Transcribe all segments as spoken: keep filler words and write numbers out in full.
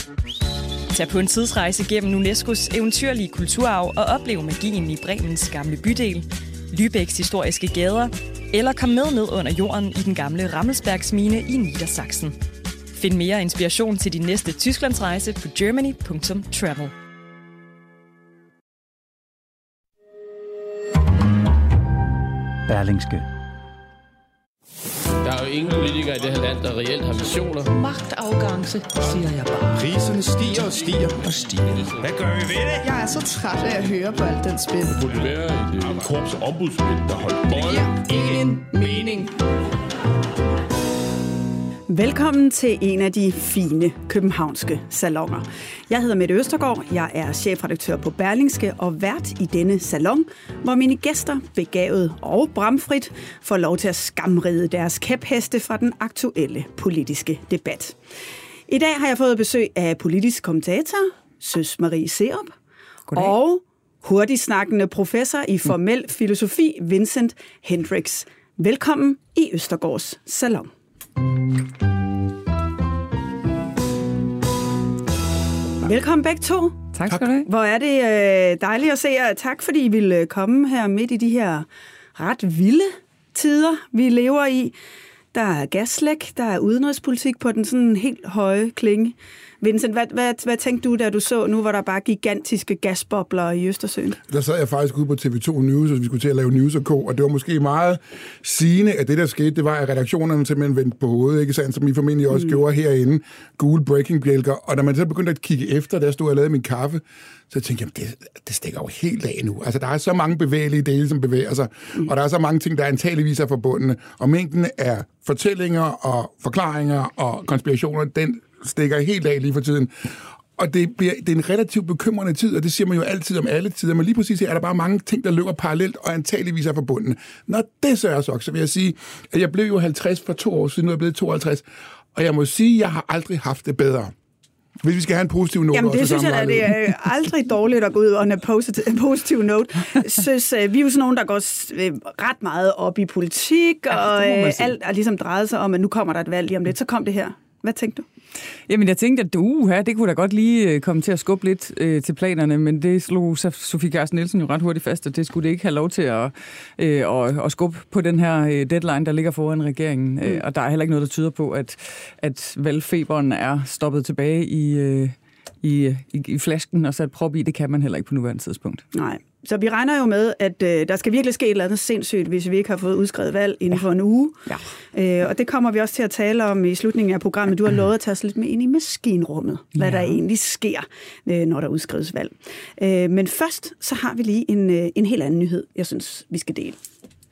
Tag på en tidsrejse gennem UNESCO's eventyrlige kulturarv og oplev magien i Bremens gamle bydel, Lübecks historiske gader, eller kom med ned under jorden i den gamle Rammelsbergsmine i Niedersachsen. Find mere inspiration til din næste Tysklandsrejse på germany punktum travel. Berlingske. Der er jo ingen politikere i det her land, der reelt har visioner. Magtafgangse, siger jeg bare. Priserne stiger og stiger og stiger. Hvad gør vi ved det? Jeg er så træt af at høre på alt den spil. Det burde være et, et korps ombudsmænd, der holdt bolden. Det giver ingen mening. Velkommen til en af de fine københavnske salonger. Jeg hedder Mette Østergaard, jeg er chefredaktør på Berlingske og vært i denne salon, hvor mine gæster, begavet og bramfrit, får lov til at skamride deres kæpheste fra den aktuelle politiske debat. I dag har jeg fået besøg af politisk kommentator, Søs Marie Serup, og hurtigsnakkende professor i formel filosofi, Vincent Hendricks. Velkommen i Østergaards salon. Velkommen begge to. Tak skal du have. Hvor er det øh, dejligt at se jer. Tak fordi I ville komme her midt i de her ret vilde tider, vi lever i. Der er gaslæk, der er udenrigspolitik på den sådan helt høje klinge. Vincent, hvad, hvad, hvad tænkte du, da du så, nu var der bare gigantiske gasbobler i Østersøen? Der sad jeg faktisk ude på T V to News, og vi skulle til at lave News og Co., og det var måske meget sigende, at det, der skete, det var, at redaktionerne simpelthen vendte på hovedet, ikke sandt, som I formentlig også mm. gjorde herinde. Gule breaking-bjælker, og når man så begyndte at kigge efter, der stod jeg og lavede min kaffe, så tænkte jeg, det, det stikker jo helt af nu. Altså, der er så mange bevægelige dele, som bevæger sig, mm. og der er så mange ting, der antageligvis er forbundne, og mængden af fortællinger og forklaringer og konspirationer, den stikker helt af lige for tiden. Og det, bliver, det er en relativt bekymrende tid, og det siger man jo altid om alle tider, men lige præcis her er der bare mange ting, der løber parallelt og antageligvis er forbundne. Når det så er så, så vil jeg sige, at jeg blev jo halvtreds for to år siden, nu er jeg blevet tooghalvtreds, og jeg må sige, at jeg har aldrig haft det bedre. Hvis vi skal have en positiv note. Jamen det synes jeg, at det er aldrig dårligt at gå ud on a positiv note. Synes, vi er jo sådan nogen, der går ret meget op i politik, og ja, alt er ligesom drejet sig om, at nu kommer der et valg lige om lidt. Så kom det her. Hvad tænkte du? Jamen, jeg tænkte, at uh, det kunne da godt lige komme til at skubbe lidt øh, til planerne, men det slog Sofie Carsten Nielsen jo ret hurtigt fast, at det skulle det ikke have lov til at, øh, at, at skubbe på den her øh, deadline, der ligger foran regeringen. Mm. Øh, og der er heller ikke noget, der tyder på, at, at valgfeberen er stoppet tilbage i, øh, i, i, i flasken og sat prop i. Det kan man heller ikke på nuværende tidspunkt. Nej. Så vi regner jo med, at øh, der skal virkelig ske et eller andet sindssygt, hvis vi ikke har fået udskrevet valg inden ja. for en uge. Ja. Øh, og det kommer vi også til at tale om i slutningen af programmet. Du har lovet at tage os lidt med ind i maskinrummet, hvad ja. der egentlig sker, øh, når der udskrives valg. Øh, men først så har vi lige en, øh, en helt anden nyhed, jeg synes, vi skal dele.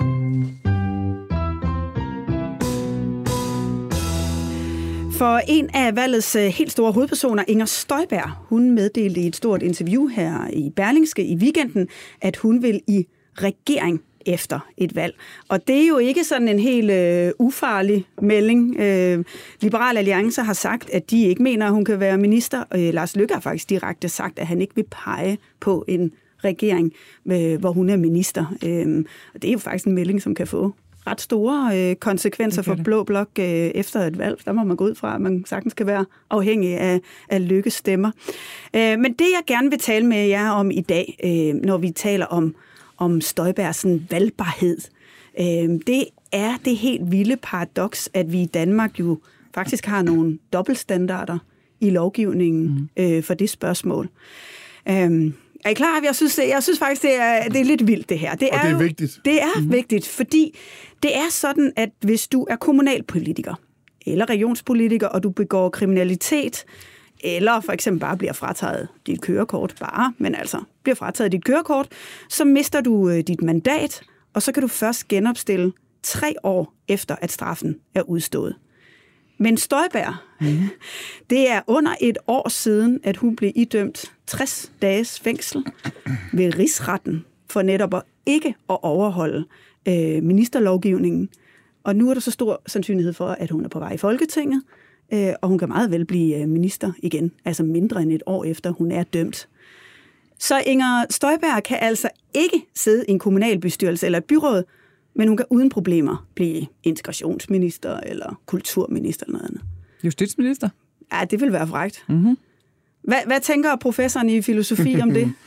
For en af valgets helt store hovedpersoner, Inger Støjberg, hun meddelte i et stort interview her i Berlingske i weekenden, at hun vil i regering efter et valg. Og det er jo ikke sådan en helt øh, ufarlig melding. Øh, Liberal Alliance har sagt, at de ikke mener, at hun kan være minister. Øh, Lars Løkke har faktisk direkte sagt, at han ikke vil pege på en regering, øh, hvor hun er minister. Øh, og det er jo faktisk en melding, som kan få ret store øh, konsekvenser for Blå Blok øh, efter et valg. Der må man gå ud fra, at man sagtens kan være afhængig af, af Lykkes stemmer. Øh, men det, jeg gerne vil tale med jer om i dag, øh, når vi taler om, om Støjbergs valgbarhed, øh, det er det helt vilde paradoks, at vi i Danmark jo faktisk har nogle dobbeltstandarder i lovgivningen øh, for det spørgsmål. Øh, Er I klar? Jeg synes, jeg synes faktisk, det er, det er lidt vildt, det her. Det er, og det er jo, vigtigt. Det er mm-hmm. vigtigt, fordi det er sådan, at hvis du er kommunalpolitiker eller regionspolitiker, og du begår kriminalitet, eller for eksempel bare bliver frataget dit kørekort, bare, men altså bliver frataget dit kørekort, så mister du øh, dit mandat, og så kan du først genopstille tre år efter, at straffen er udstået. Men Støjberg, mm. det er under et år siden, at hun blev idømt tres dages fængsel ved Rigsretten for netop at ikke at overholde øh, ministerlovgivningen. Og nu er der så stor sandsynlighed for, at hun er på vej i Folketinget, øh, og hun kan meget vel blive øh, minister igen, altså mindre end et år efter, hun er dømt. Så Inger Støjberg kan altså ikke sidde i en kommunalbestyrelse eller et byråd, men hun kan uden problemer blive integrationsminister eller kulturminister eller noget andet. Justitsminister? Ja, det vil være frækt. Mm-hmm. Hvad, hvad tænker professoren i filosofi om det?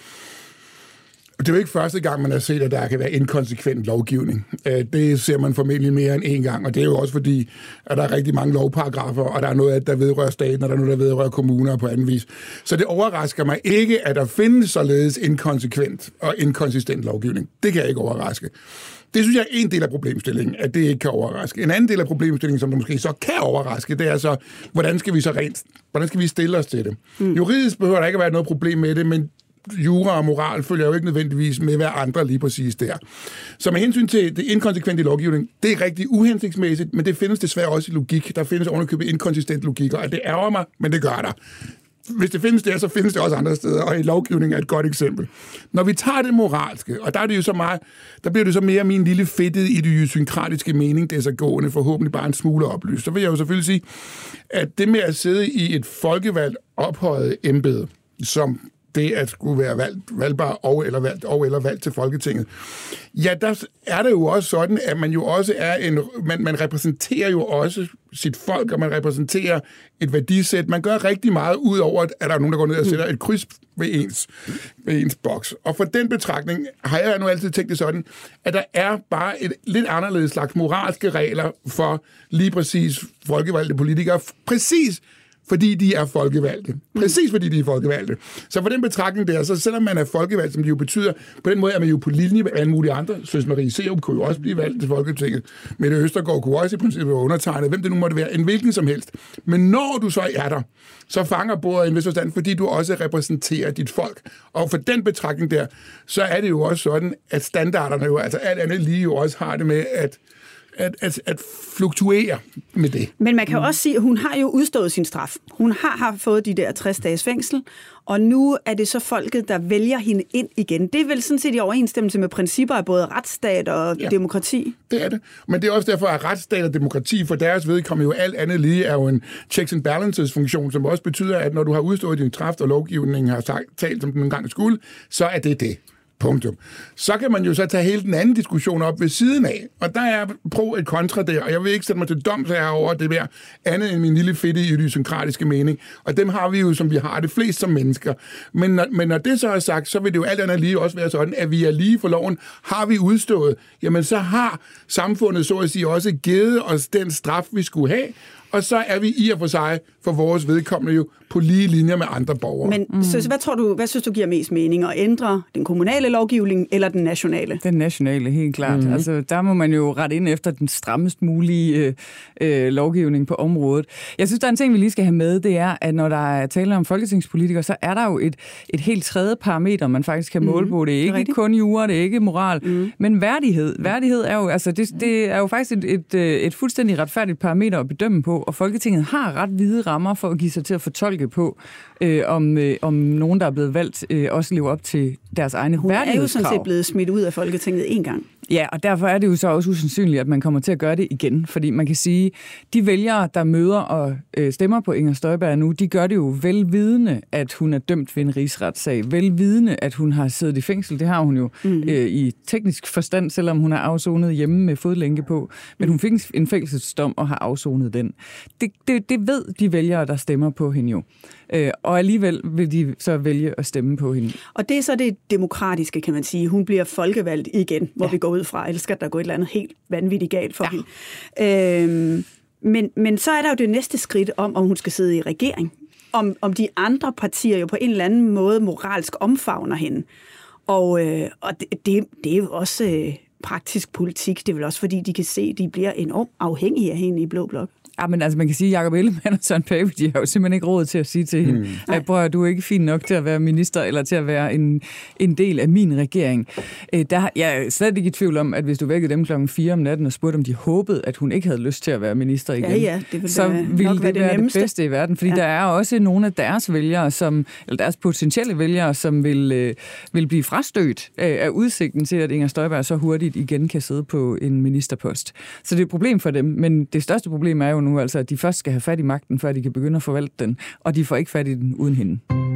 Det er jo ikke første gang, man har set, at der kan være inkonsekvent lovgivning. Det ser man formentlig mere end en gang, og det er jo også fordi, at der er rigtig mange lovparagrafer, og der er noget, der vedrører staten, og der er noget, der vedrører kommuner på anden vis. Så det overrasker mig ikke, at der findes således inkonsekvent og inkonsistent lovgivning. Det kan jeg ikke overraske. Det synes jeg er en del af problemstillingen, at det ikke kan overraske. En anden del af problemstillingen, som der måske så kan overraske, det er så, hvordan skal vi så rent, hvordan skal vi stille os til det? Mm. Juridisk behøver der ikke at være noget problem med det, men jura og moral følger jo ikke nødvendigvis med hver andre lige præcis der. Så med hensyn til det inkonsekvente lovgivning, det er rigtig uhensigtsmæssigt, men det findes desværre også i logik. Der findes ovenikøbet inkonsistent logik, og det ærger mig, men det gør der. Hvis det findes der, så findes det også andre steder, og i lovgivning er et godt eksempel. Når vi tager det moralske, og der er det jo så meget, der bliver det så mere min lille fedtede idiosynkratiske mening, det er så gående, forhåbentlig bare en smule oplyst. Så vil jeg jo selvfølgelig sige, at det med at sidde i et folkevalgt ophøjet embede, som det at skulle være valgt, valgbar og eller valgt, og eller valgt til Folketinget. Ja, der er det jo også sådan, at man jo også er en, man, man repræsenterer jo også sit folk, og man repræsenterer et værdisæt. Man gør rigtig meget ud over, at der er nogen, der går ned og sætter et kryds ved ens, ved ens boks. Og for den betragtning har jeg nu altid tænkt det sådan, at der er bare et lidt anderledes slags moralske regler for lige præcis folkevalgte politikere. Præcis fordi de er folkevalgte. Præcis fordi de er folkevalgte. Så for den betragtning der, så selvom man er folkevalgt, som det jo betyder, på den måde er man jo på linje med alle mulige andre. Søs Marie Serup kunne jo også blive valgt til Folketinget. Mette Østergaard kunne også i princippet være undertegnet. Hvem det nu måtte være, en hvilken som helst. Men når du så er der, så fanger bordet en vis forstand, fordi du også repræsenterer dit folk. Og for den betragtning der, så er det jo også sådan, at standarderne jo, altså alt andet lige jo også har det med, at At, at, at fluktuere med det. Men man kan jo også sige, at hun har jo udstået sin straf. Hun har, har fået de der tres dages fængsel, og nu er det så folket, der vælger hende ind igen. Det er vel sådan set i overensstemmelse med principper af både retsstat og ja, demokrati? Det er det. Men det er også derfor, at retsstat og demokrati for deres vedkommende jo alt andet lige er jo en checks and balances funktion, som også betyder, at når du har udstået din straf, og lovgivningen har sagt, talt, som den engang skulle, så er det det. Punktum. Så kan man jo så tage hele den anden diskussion op ved siden af, og der er pro et kontra der, og jeg vil ikke sætte mig til doms herover det der andet end min lille fedte idiosynkratiske mening, og dem har vi jo, som vi har det flest som mennesker. Men når, men når det så er sagt, så vil det jo alt andet lige også være sådan, at vi er lige for loven. Har vi udstået, jamen så har samfundet så at sige også givet os den straf, vi skulle have, og så er vi i og for sig for vores vedkommende jo på lige linjer med andre borgere. Men mm. så, hvad tror du, hvad synes du giver mest mening? At ændre den kommunale lovgivning eller den nationale? Den nationale, helt klart. Mm. Altså, der må man jo rette ind efter den strammest mulige øh, øh, lovgivning på området. Jeg synes, der er en ting, vi lige skal have med, det er, at når der er tale om folketingspolitikere, så er der jo et, et helt tredje parameter, man faktisk kan måle mm. på. Det er ikke det er kun jura, det er ikke moral, mm. men værdighed. Værdighed er jo, altså, det, det er jo faktisk et, et, et fuldstændig retfærdigt parameter at bedømme på, og Folketinget har ret vide rammer for at give sig til at fortolke på, øh, om, øh, om nogen, der er blevet valgt, øh, også lever op til deres egne Hun værdighedskrav. Hun er jo sådan set blevet smidt ud af Folketinget en gang. Ja, og derfor er det jo så også usandsynligt, at man kommer til at gøre det igen. Fordi man kan sige, de vælgere, der møder og øh, stemmer på Inger Støjberg nu, de gør det jo velvidende, at hun er dømt ved en rigsretssag. Velvidende, at hun har siddet i fængsel. Det har hun jo mm. øh, i teknisk forstand, selvom hun har afsonet hjemme med fodlænke på. Men hun fik en fængselsdom og har afsonet den. Det, det, det ved de vælgere, der stemmer på hende jo. Øh, og alligevel vil de så vælge at stemme på hende. Og det er så det demokratiske, kan man sige. Hun bliver folkevalgt igen, hvor ja. vi går ud fra, ellers skal der gå et eller andet helt vanvittigt galt for ja. hende. Øhm, men, men så er der jo det næste skridt om, om hun skal sidde i regering. Om, om de andre partier jo på en eller anden måde moralsk omfavner hende. Og, øh, og det, det, det er jo også øh, praktisk politik. Det er vel også, fordi de kan se, at de bliver enormt afhængige af hende i Blå Blok. Ja, men altså man kan sige, at Jacob Ellemann og Søren Pape, de har jo simpelthen ikke råd til at sige til hende, mm. at bror, du er ikke fin nok til at være minister, eller til at være en, en del af min regering. Der, jeg er slet ikke i tvivl om, at hvis du vækkede dem klokken fire om natten og spurgte, om de håbede, at hun ikke havde lyst til at være minister igen, ja, ja, det ville så det ville det være det, være nemmeste. det bedste i verden. Fordi ja. der er også nogle af deres vælgere, som, eller deres potentielle vælgere, som vil, øh, vil blive frastødt af, af udsigten til, at Inger Støjberg så hurtigt igen kan sidde på en ministerpost. Så det er et problem for dem, men det største problem er jo nu altså, at de først skal have fat i magten, før de kan begynde at forvalte den, og de får ikke fat i den uden hende.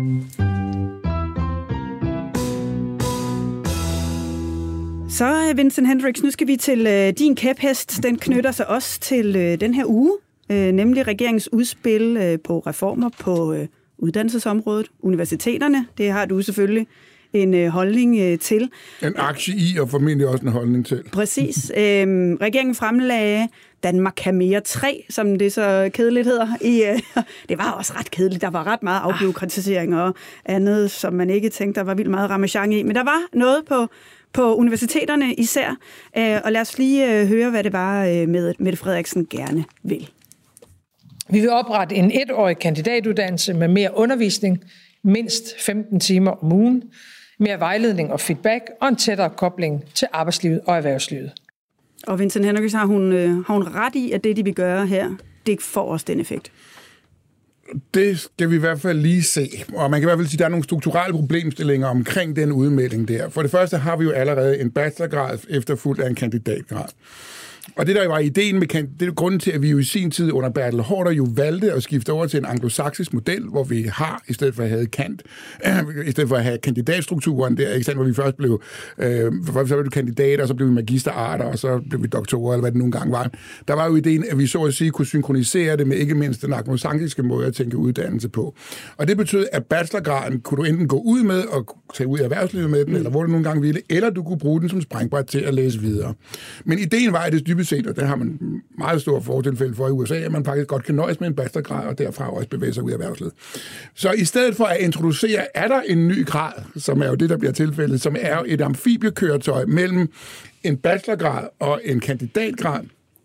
Så Vincent Hendricks, nu skal vi til øh, din kæphest. Den knytter sig også til øh, den her uge, øh, nemlig regeringens udspil øh, på reformer på øh, uddannelsesområdet, universiteterne, det har du selvfølgelig en øh, holdning øh, til. En aktie i, og formentlig også en holdning til. Præcis. Øhm, regeringen fremlagde Danmark kan mere tre, som det så kedeligt hedder. I, øh, det var også ret kedeligt. Der var ret meget afbureaukratisering og andet, som man ikke tænkte, der var vildt meget ramachan i. Men der var noget på, på universiteterne især. Øh, og lad os lige øh, høre, hvad det var, øh, med Mette Frederiksen gerne vil. Vi vil oprette en etårig kandidatuddannelse med mere undervisning, mindst femten timer om ugen, mere vejledning og feedback og en tættere kobling til arbejdslivet og erhvervslivet. Og Vincent Hendricks, har hun, øh, har hun ret i, at det, de vil gøre her, det får også den effekt? Det skal vi i hvert fald lige se. Og man kan i hvert fald sige, at der er nogle strukturelle problemstillinger omkring den udmelding der. For det første har vi jo allerede en bachelorgrad efterfulgt af en kandidatgrad. Og det der var ideen med, det er grunden til, at vi jo i sin tid under Bertel Haarder jo valgte at skifte over til en anglosaksisk model, hvor vi har, i stedet for at have kant, i stedet for at have kandidatstrukturen der, ikke sandt, hvor vi først blev, øh, så blev vi kandidater, og så blev vi magisterarter, og så blev vi doktorer, eller hvad det nogle gange var. Der var jo ideen, at vi så at sige kunne synkronisere det med ikke mindst den anglosaksiske måde at tænke uddannelse på. Og det betød, at bachelorgraden kunne du enten gå ud med og tage ud i erhvervslivet med den, mm. eller hvor du nogle gange ville, eller du kunne bruge den som springbræt til at læse videre. Men ideen var, at det dybest set, og det har man meget store fortilfælde for i U S A, at man faktisk godt kan nøjes med en bachelorgrad, og derfra også bevæge sig ud af erhvervslivet. Så i stedet for at introducere, er der en ny grad, som er jo det, der bliver tilfældet, som er jo et amfibiekøretøj mellem en bachelorgrad og en kandidatgrad,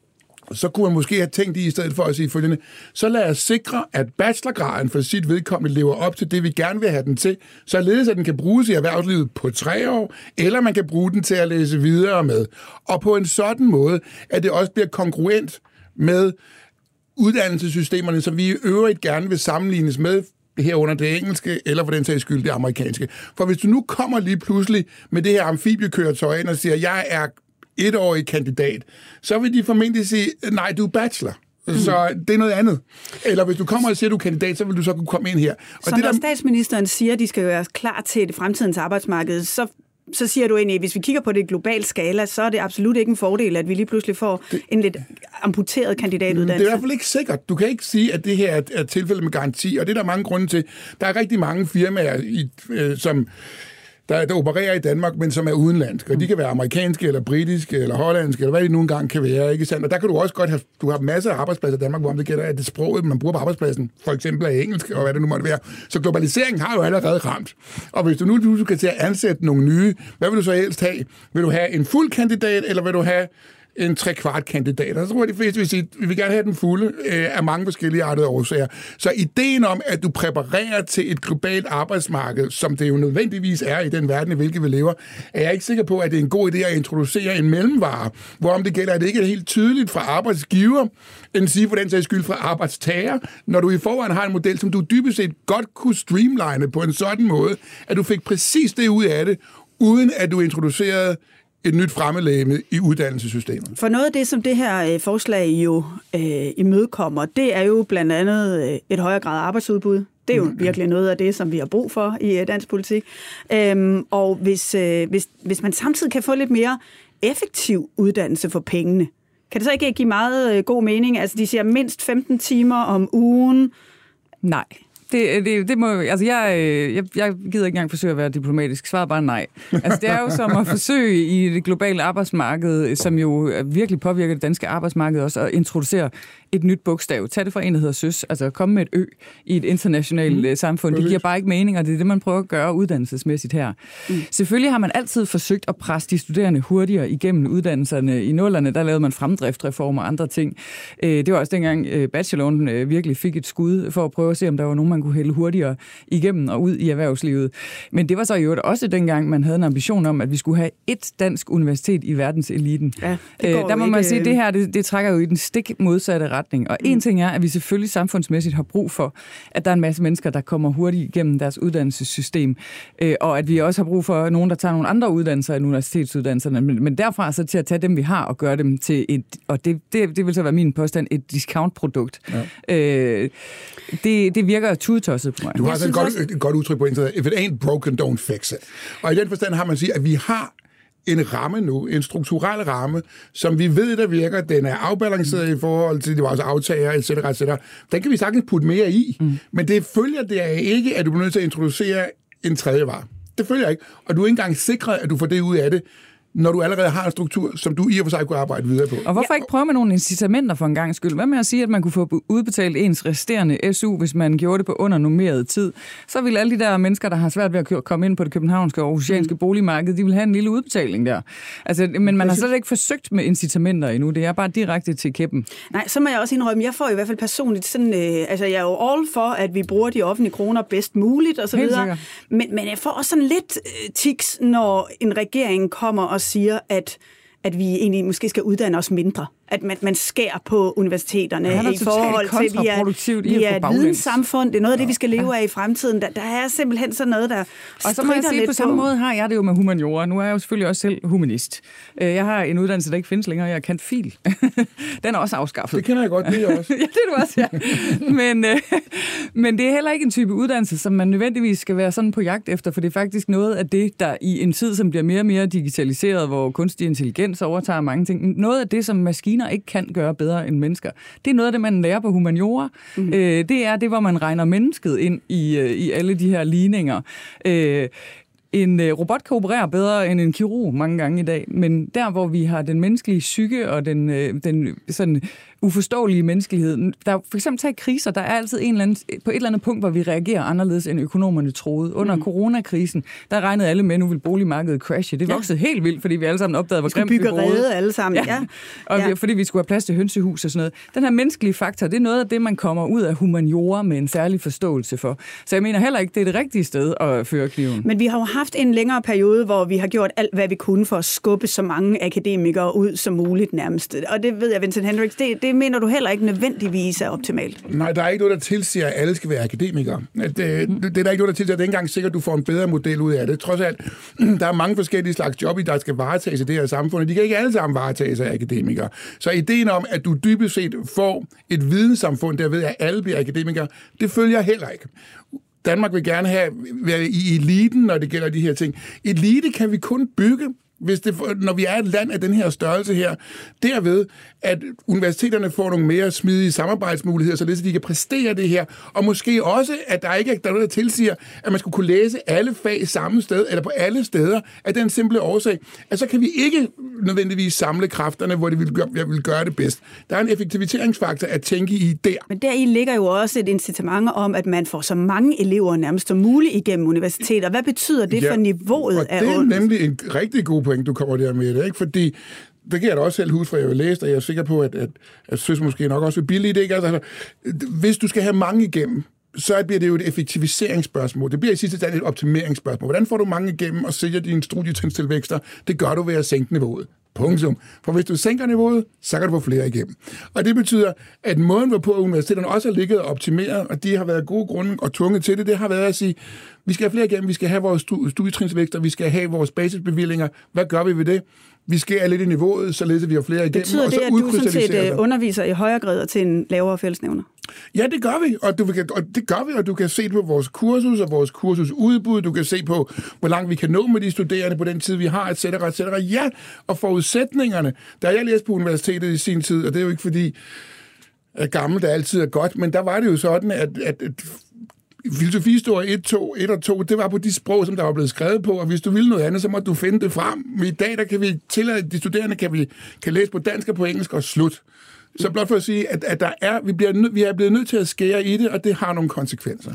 så kunne man måske have tænkt i, i stedet for at sige følgende, så lad os sikre, at bachelorgraden for sit vedkommende lever op til det, vi gerne vil have den til, således at den kan bruges i erhvervslivet på tre år, eller man kan bruge den til at læse videre med. Og på en sådan måde, at det også bliver kongruent med uddannelsessystemerne, som vi i øvrigt gerne vil sammenlignes med, herunder det engelske, eller for den sags skyld det amerikanske. For hvis du nu kommer lige pludselig med det her amfibiekøretøj ind og siger, jeg er etårig kandidat, så vil de formentlig sige, nej, du er bachelor. Så det er noget andet. Eller hvis du kommer og siger, at du er kandidat, så vil du så kunne komme ind her. Og så det, når der... statsministeren siger, at de skal være klar til det fremtidens arbejdsmarked, så så siger du egentlig, at hvis vi kigger på det globale skala, så er det absolut ikke en fordel, at vi lige pludselig får det, en lidt amputeret kandidatuddannelse. Det er i hvert fald ikke sikkert. Du kan ikke sige, at det her er et tilfælde med garanti, og det er der mange grunde til. Der er rigtig mange firmaer, i, øh, som... Der, der opererer i Danmark, men som er udenlandske. Og de kan være amerikanske, eller britiske, eller hollandske, eller hvad det nogle gange kan være, ikke sandt? Og der kan du også godt have, du har masser af arbejdspladser i Danmark, hvor det gælder, at det sproget, man bruger på arbejdspladsen, for eksempel er engelsk, og hvad det nu måtte være. Så globaliseringen har jo allerede ramt. Og hvis du nu du kan til at ansætte nogle nye, hvad vil du så helst have? Vil du have en fuld kandidat, eller vil du have en tre-kvart kandidat? Og så tror jeg, de fleste vil sige, at vi vil gerne have den fulde øh, af mange forskellige artede årsager. Så ideen om, at du præparerer til et globalt arbejdsmarked, som det jo nødvendigvis er i den verden, i hvilken vi lever, er jeg ikke sikker på, at det er en god idé at introducere en mellemvare, hvorom det gælder, at det ikke er helt tydeligt fra arbejdsgiver, end sige for den sags skyld fra arbejdstager, når du i forvejen har en model, som du dybest set godt kunne streamline på en sådan måde, at du fik præcis det ud af det, uden at du introducerede et nyt fremmedlegeme i uddannelsessystemet. For noget af det, som det her øh, forslag jo øh, imødekommer, det er jo blandt andet øh, et højere grad af arbejdsudbud. Det er jo mm. virkelig noget af det, som vi har brug for i øh, dansk politik. Øhm, og hvis, øh, hvis, hvis man samtidig kan få lidt mere effektiv uddannelse for pengene, kan det så ikke give meget øh, god mening? Altså, de siger mindst femten timer om ugen. Nej. Det, det, det må, altså jeg, jeg, jeg gider ikke engang forsøge at være diplomatisk. Svaret bare nej. Altså det er jo som at forsøge i det globale arbejdsmarked, som jo virkelig påvirker det danske arbejdsmarked også, at introducere et nyt bogstav. Tag det fra en, der hedder søs. Altså komme med et ø i et internationalt mm. samfund. Det giver bare ikke mening, og det er det, man prøver at gøre uddannelsesmæssigt her. Mm. Selvfølgelig har man altid forsøgt at presse de studerende hurtigere igennem uddannelserne. I nullerne, der lavede man fremdriftreformer og andre ting. Det var også dengang bacheloren virkelig fik et skud for at prøve at se, om der var nogen, man kunne hælde hurtigere igennem og ud i erhvervslivet. Men det var så jo også dengang, man havde en ambition om, at vi skulle have et dansk universitet i verdenseliten. Ja, der må ikke... man sige, at det her, det, det trækker jo i den stik modsatte retning. Og mm. en ting er, at vi selvfølgelig samfundsmæssigt har brug for, at der er en masse mennesker, der kommer hurtigt igennem deres uddannelsessystem, og at vi også har brug for nogen, der tager nogle andre uddannelser end universitetsuddannelserne. Men, men derfra så til at tage dem, vi har, og gøre dem til et, og det, det, det vil så være min påstand, et discount-produkt. Ja. Øh, det, det virker tudetosset på mig. Du har altså et godt, et godt udtryk på internettet. If it ain't broken, don't fix it. Og i den forstand har man sige, at vi har en ramme nu, en strukturel ramme, som vi ved, der virker. Den er afbalanceret mm. i forhold til vores aftager, et cetera, et cetera. Den kan vi sagtens putte mere i, mm. men det følger der ikke, at du bliver nødt til at introducere en tredje vare. Det følger ikke. Og du er ikke engang sikret, at du får det ud af det, når du allerede har en struktur, som du i og for sig kunne arbejde videre på. Og hvorfor ikke prøve med nogle incitamenter for en gang skyld? Hvad med at sige, at man kunne få udbetalt ens resterende S U, hvis man gjorde det på undernormeret tid? Så ville alle de der mennesker, der har svært ved at komme ind på det københavnske og aarhusianske mm. boligmarked, de vil have en lille udbetaling der. Altså, men man har slet ikke forsøgt med incitamenter endnu. Det er bare direkte til kæppen. Nej, så må jeg også indrømme, jeg får i hvert fald personligt sådan, øh, altså jeg er jo all for, at vi bruger de offentlige kroner bedst muligt og så videre. Men, men jeg får også sådan lidt øh, tics, når en regering kommer og siger, at, at vi egentlig måske skal uddanne os mindre. At man, man skærer på universiteterne ja, i forhold til, at vi er, vi er et videnssamfund. Det er noget af det, vi skal leve ja. af i fremtiden. Der, der er simpelthen sådan noget, der og så må jeg sige, på samme måde har jeg det jo med humaniora. Nu er jeg jo selvfølgelig også selv humanist. Jeg har en uddannelse, der ikke findes længere. Jeg er kant.fil. Den er også afskaffet. Det kender jeg godt, det er også. Ja, det er du også, ja. Men, øh, men det er heller ikke en type uddannelse, som man nødvendigvis skal være sådan på jagt efter, for det er faktisk noget af det, der i en tid, som bliver mere og mere digitaliseret, hvor kunstig intelligens overtager mange ting, noget af det, som maskiner ikke kan gøre bedre end mennesker. Det er noget af det, man lærer på humaniora. Mm. Øh, det er det, hvor man regner mennesket ind i, øh, i alle de her ligninger. Øh, En øh, robot kan operere bedre end en kirurg mange gange i dag, men der, hvor vi har den menneskelige psyke og den, øh, den sådan uforståelige menneskelighed, der for eksempel tager kriser, der er altid en eller anden, på et eller andet punkt, hvor vi reagerer anderledes, end økonomerne troede. Under mm. coronakrisen, der regnede alle med, nu vil boligmarkedet crashe. Det voksede ja. helt vildt, fordi vi alle sammen opdagede, hvor grimt vi boede. Vi skulle bygge rede alle sammen, ja. ja. Og ja. Vi, fordi vi skulle have plads til hønsehus og sådan noget. Den her menneskelige faktor, det er noget af det, man kommer ud af humaniora med en særlig forståelse for. Så jeg mener heller ikke, det er det rigtige sted at føre kniven. Men vi har jo haft en længere periode, hvor vi har gjort alt, hvad vi kunne for at skubbe så mange akademikere ud som muligt nærmest. Og det ved jeg, Vincent Hendricks, det, det mener du heller ikke nødvendigvis er optimalt. Nej, der er ikke noget, der tilsiger, at alle skal være akademikere. Det, det, det er der ikke noget, der tilsiger, at det er ikke engang sikkert, at du får en bedre model ud af det. Trods alt, der er mange forskellige slags job, der skal varetages i det her samfund, og de kan ikke alle sammen varetages af akademikere. Så ideen om, at du dybest set får et videnssamfund, der ved, at alle bliver akademikere, det følger heller ikke. Danmark vil gerne have være i eliten, når det gælder de her ting. Elite kan vi kun bygge, hvis det, når vi er et land af den her størrelse her, derved, at universiteterne får nogle mere smidige samarbejdsmuligheder, så de kan præstere det her, og måske også, at der ikke er noget, der tilsiger, at man skulle kunne læse alle fag samme sted, eller på alle steder, af den simple årsag, at så kan vi ikke nødvendigvis samle kræfterne, hvor det vil gøre, vil gøre det bedst. Der er en effektiviseringsfaktor at tænke i der. Men deri ligger jo også et incitament om, at man får så mange elever nærmest som muligt igennem universiteter. Hvad betyder det ja, for niveauet af det er nemlig en rigtig god point, du kommer der med det, ikke? Fordi det kan jeg da også selv huske, for jeg har læst, og jeg er sikker på, at, at, at synes måske nok også er billigt, ikke? Altså, hvis du skal have mange igennem, så bliver det jo et effektiviseringsspørgsmål. Det bliver i sidste stand et optimeringsspørgsmål. Hvordan får du mange igennem og sikrer dine studietrinstilvækster? Det gør du ved at sænke niveauet. Punktum. For hvis du sænker niveauet, så kan du få flere igennem. Og det betyder, at måden, hvorpå universiteterne også har ligget og optimeret, og de har været gode grunde og tvunget til det, det har været at sige, vi skal have flere igennem, vi skal have vores studietrinsvækster, vi skal have vores basisbevillinger. Hvad gør vi ved det? Vi skærer lidt i niveauet, så læser vi jo flere igennem. Betyder og så det, at du sådan set underviser i højere grader til en lavere fællesnævner? Ja, det gør vi, og, du kan, og det gør vi, og du kan se på vores kursus og vores kursusudbud, du kan se på, hvor langt vi kan nå med de studerende på den tid, vi har, et cetera, et cetera. Ja, og forudsætningerne, da jeg læste på universitetet i sin tid, og det er jo ikke fordi, at gammelt er altid er godt, men der var det jo sådan, at, at, at filosofihistorie et, to, et og to, det var på de sprog, som der var blevet skrevet på, og hvis du ville noget andet, så må du finde det frem. Men i dag, der kan vi tillade, at de studerende kan, vi, kan læse på dansk og på engelsk og slut. Så blot for at sige, at, at der er, vi, bliver nød, vi er blevet nødt til at skære i det, og det har nogle konsekvenser.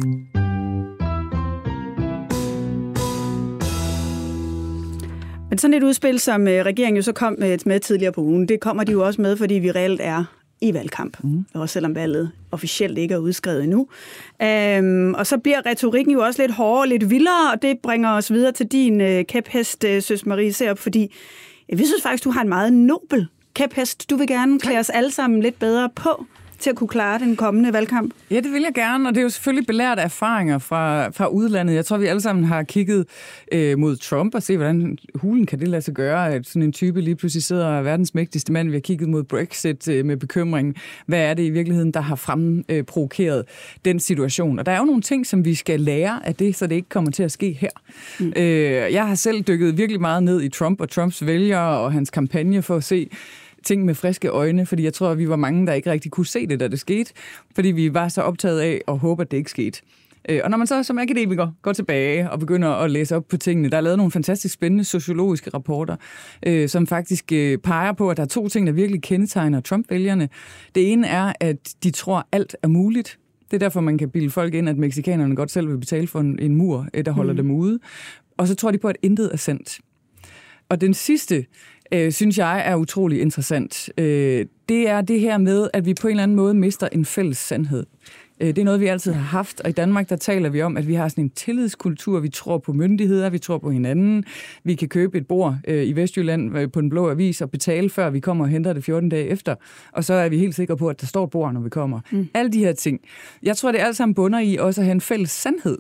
Men sådan et udspil, som regeringen jo så kom med tidligere på ugen, det kommer de jo også med, fordi vi reelt er i valgkamp, mm. også selvom valget officielt ikke er udskrevet endnu. Øhm, og så bliver retorikken jo også lidt hårdere, lidt vildere, og det bringer os videre til din øh, kæphest, øh, Søs Marie Serup, fordi vi synes faktisk, du har en meget nobel kæphest. Du vil gerne klæde os alle sammen lidt bedre på. til at kunne klare den kommende valgkamp? Ja, det vil jeg gerne, og det er jo selvfølgelig belært erfaringer fra, fra udlandet. Jeg tror, vi alle sammen har kigget øh, mod Trump og se, hvordan hulen kan det lade sig gøre, at sådan en type lige pludselig sidder og er verdens mægtigste mand. Vi har kigget mod Brexit øh, med bekymring. Hvad er det i virkeligheden, der har fremprovokeret øh, den situation? Og der er jo nogle ting, som vi skal lære af det, så det ikke kommer til at ske her. Mm. Øh, jeg har selv dykket virkelig meget ned i Trump og Trumps vælgere og hans kampagne for at se ting med friske øjne, fordi jeg tror, at vi var mange, der ikke rigtig kunne se det, da det skete, fordi vi var så optaget af at håbe, at det ikke skete. Og når man så som akademiker går tilbage og begynder at læse op på tingene, der er lavet nogle fantastisk spændende sociologiske rapporter, som faktisk peger på, at der er to ting, der virkelig kendetegner Trump-vælgerne. Det ene er, at de tror, alt er muligt. Det er derfor, man kan bilde folk ind, at mexikanerne godt selv vil betale for en, en mur, der holder mm. dem ude. Og så tror de på, at intet er sandt. Og den sidste, øh, synes jeg, er utrolig interessant. Øh, det er det her med, at vi på en eller anden måde mister en fælles sandhed. Øh, det er noget, vi altid har haft, og i Danmark, der taler vi om, at vi har sådan en tillidskultur. Vi tror på myndigheder, vi tror på hinanden. Vi kan købe et bord øh, i Vestjylland øh, på Den Blå Avis og betale, før vi kommer og henter det fjorten dage efter. Og så er vi helt sikre på, at der står et bord, når vi kommer. Mm. Alle de her ting. Jeg tror, det alt sammen bunder i også at have en fælles sandhed.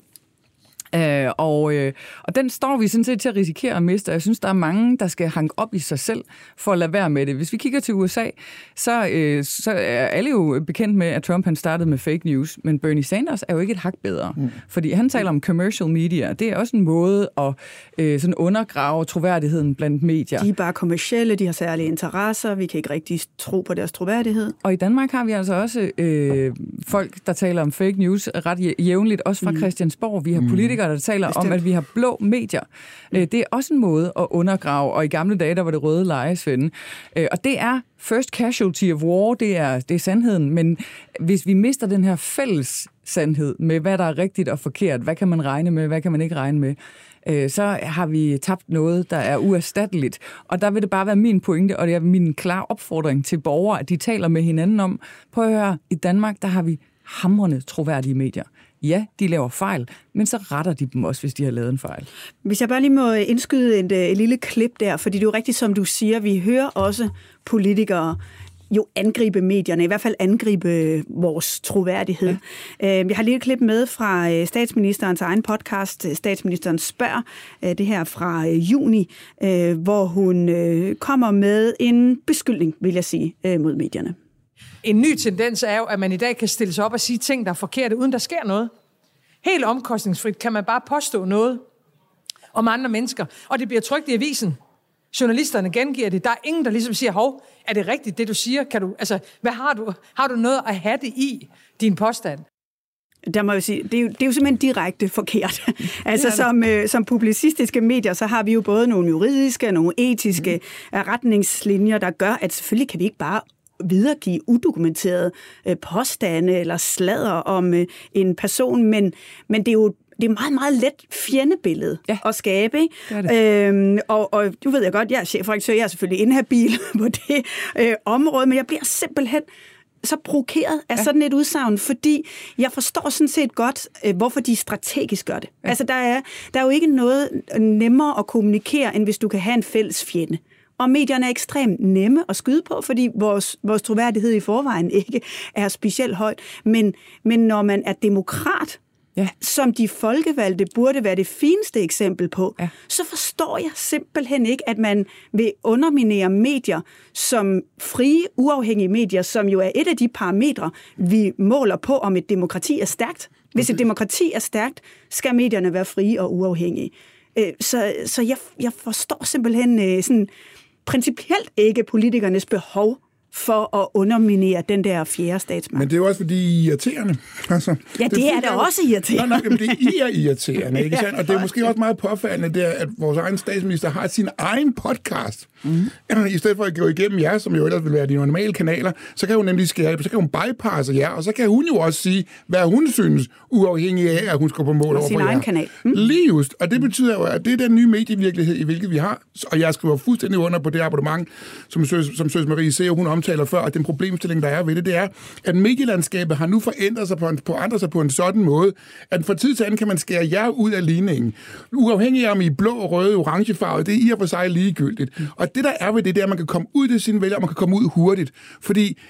Uh, og, uh, og den står vi sådan set til at risikere at miste, og jeg synes, der er mange, der skal hanke op i sig selv for at lade være med det. Hvis vi kigger til U S A, så, uh, så er alle jo bekendt med, at Trump han startede med fake news, men Bernie Sanders er jo ikke et hak bedre, mm. fordi han taler om commercial media. Det er også en måde at uh, sådan undergrave troværdigheden blandt medier. De er bare kommercielle, de har særlige interesser, vi kan ikke rigtig tro på deres troværdighed. Og i Danmark har vi altså også uh, folk, der taler om fake news ret jævnligt, også fra mm. Christiansborg. Vi har politikere, der taler Bestemt. om, at vi har blå medier. Mm. Det er også en måde at undergrave, og i gamle dage, der var det røde lejesvende. Og det er first casualty of war, det er, det er sandheden, men hvis vi mister den her fælles sandhed med, hvad der er rigtigt og forkert, hvad kan man regne med, hvad kan man ikke regne med, så har vi tabt noget, der er uerstatteligt. Og der vil det bare være min pointe, og det er min klare opfordring til borgere, at de taler med hinanden om, prøv at høre, i Danmark, der har vi hamrende troværdige medier. Ja, de laver fejl, men så retter de dem også, hvis de har lavet en fejl. Hvis jeg bare lige må indskyde et, et lille klip der, fordi det er jo rigtigt, som du siger, vi hører også politikere jo angribe medierne, i hvert fald angribe vores troværdighed. Ja. Jeg har lige et klip med fra statsministerens egen podcast, Statsministeren spørger, det her fra juni, hvor hun kommer med en beskyldning, vil jeg sige, mod medierne. En ny tendens er jo, at man i dag kan stille sig op og sige ting, der er forkerte, uden der sker noget. Helt omkostningsfrit kan man bare påstå noget om andre mennesker, og det bliver trykt i avisen. Journalisterne gengiver det. Der er ingen, der ligesom siger, hov, er det rigtigt, det du siger? Kan du, altså, hvad har du? Har du noget at have det i, din påstand? Der må jeg sige, det er jo, det er jo simpelthen direkte forkert. Altså som, øh, som publicistiske medier, så har vi jo både nogle juridiske og nogle etiske mm. retningslinjer, der gør, at selvfølgelig kan vi ikke bare videregive udokumenterede øh, påstande eller sladder om øh, en person, men, men det er jo det er meget, meget let fjendebillede ja. at skabe. Ikke? Det det. Øhm, og, og du ved jeg godt, jeg er chefredaktør, jeg er selvfølgelig inhabil på det øh, område, men jeg bliver simpelthen så provokeret af ja. sådan et udsagn, fordi jeg forstår sådan set godt, øh, hvorfor de strategisk gør det. Ja. Altså, der er, der er jo ikke noget nemmere at kommunikere, end hvis du kan have en fælles fjende. Og medierne er ekstremt nemme at skyde på, fordi vores, vores troværdighed i forvejen ikke er specielt højt. Men, men når man er demokrat, ja. som de folkevalgte burde være det fineste eksempel på, ja. så forstår jeg simpelthen ikke, at man vil underminere medier som frie, uafhængige medier, som jo er et af de parametre, vi måler på, om et demokrati er stærkt. Hvis et demokrati er stærkt, skal medierne være frie og uafhængige. Så, så jeg, jeg forstår simpelthen sådan principielt ikke politikernes behov for at underminere den der fjerde statsmagt. Men det er jo også, fordi I er irriterende. Altså, ja, det, det er da også irriterende. Nej, nej, det I er irriterende, ikke sandt? Og det er måske også meget påfaldende, det er, at vores egen statsminister har sin egen podcast. Mm. I stedet for at gå igennem jer, som jo ellers vil være de normale kanaler, så kan hun nemlig skære, så kan hun bypasse jer, og så kan hun jo også sige, hvad hun synes, uafhængig af, at hun skal på mål over for jer. Sin egen kanal. Mm. Lige just. Og det betyder jo, at det er den nye medievirkelighed, i hvilket vi har. Og jeg skriver fuldstændig under på det abonnement, som Søs, som Søs Marie ser, hun omtaler før, at den problemstilling, der er ved det, det er, at medielandskabet har nu forændret sig på, en, på andre sig på en sådan måde, at for tid til anden kan man skære jer ud af ligningen. Uafhængig af, om I er blå, røde, orange farve, det er i og for sig ligegyldigt. Og det, der er ved det, det er, at man kan komme ud til sine vælgere, og man kan komme ud hurtigt. Fordi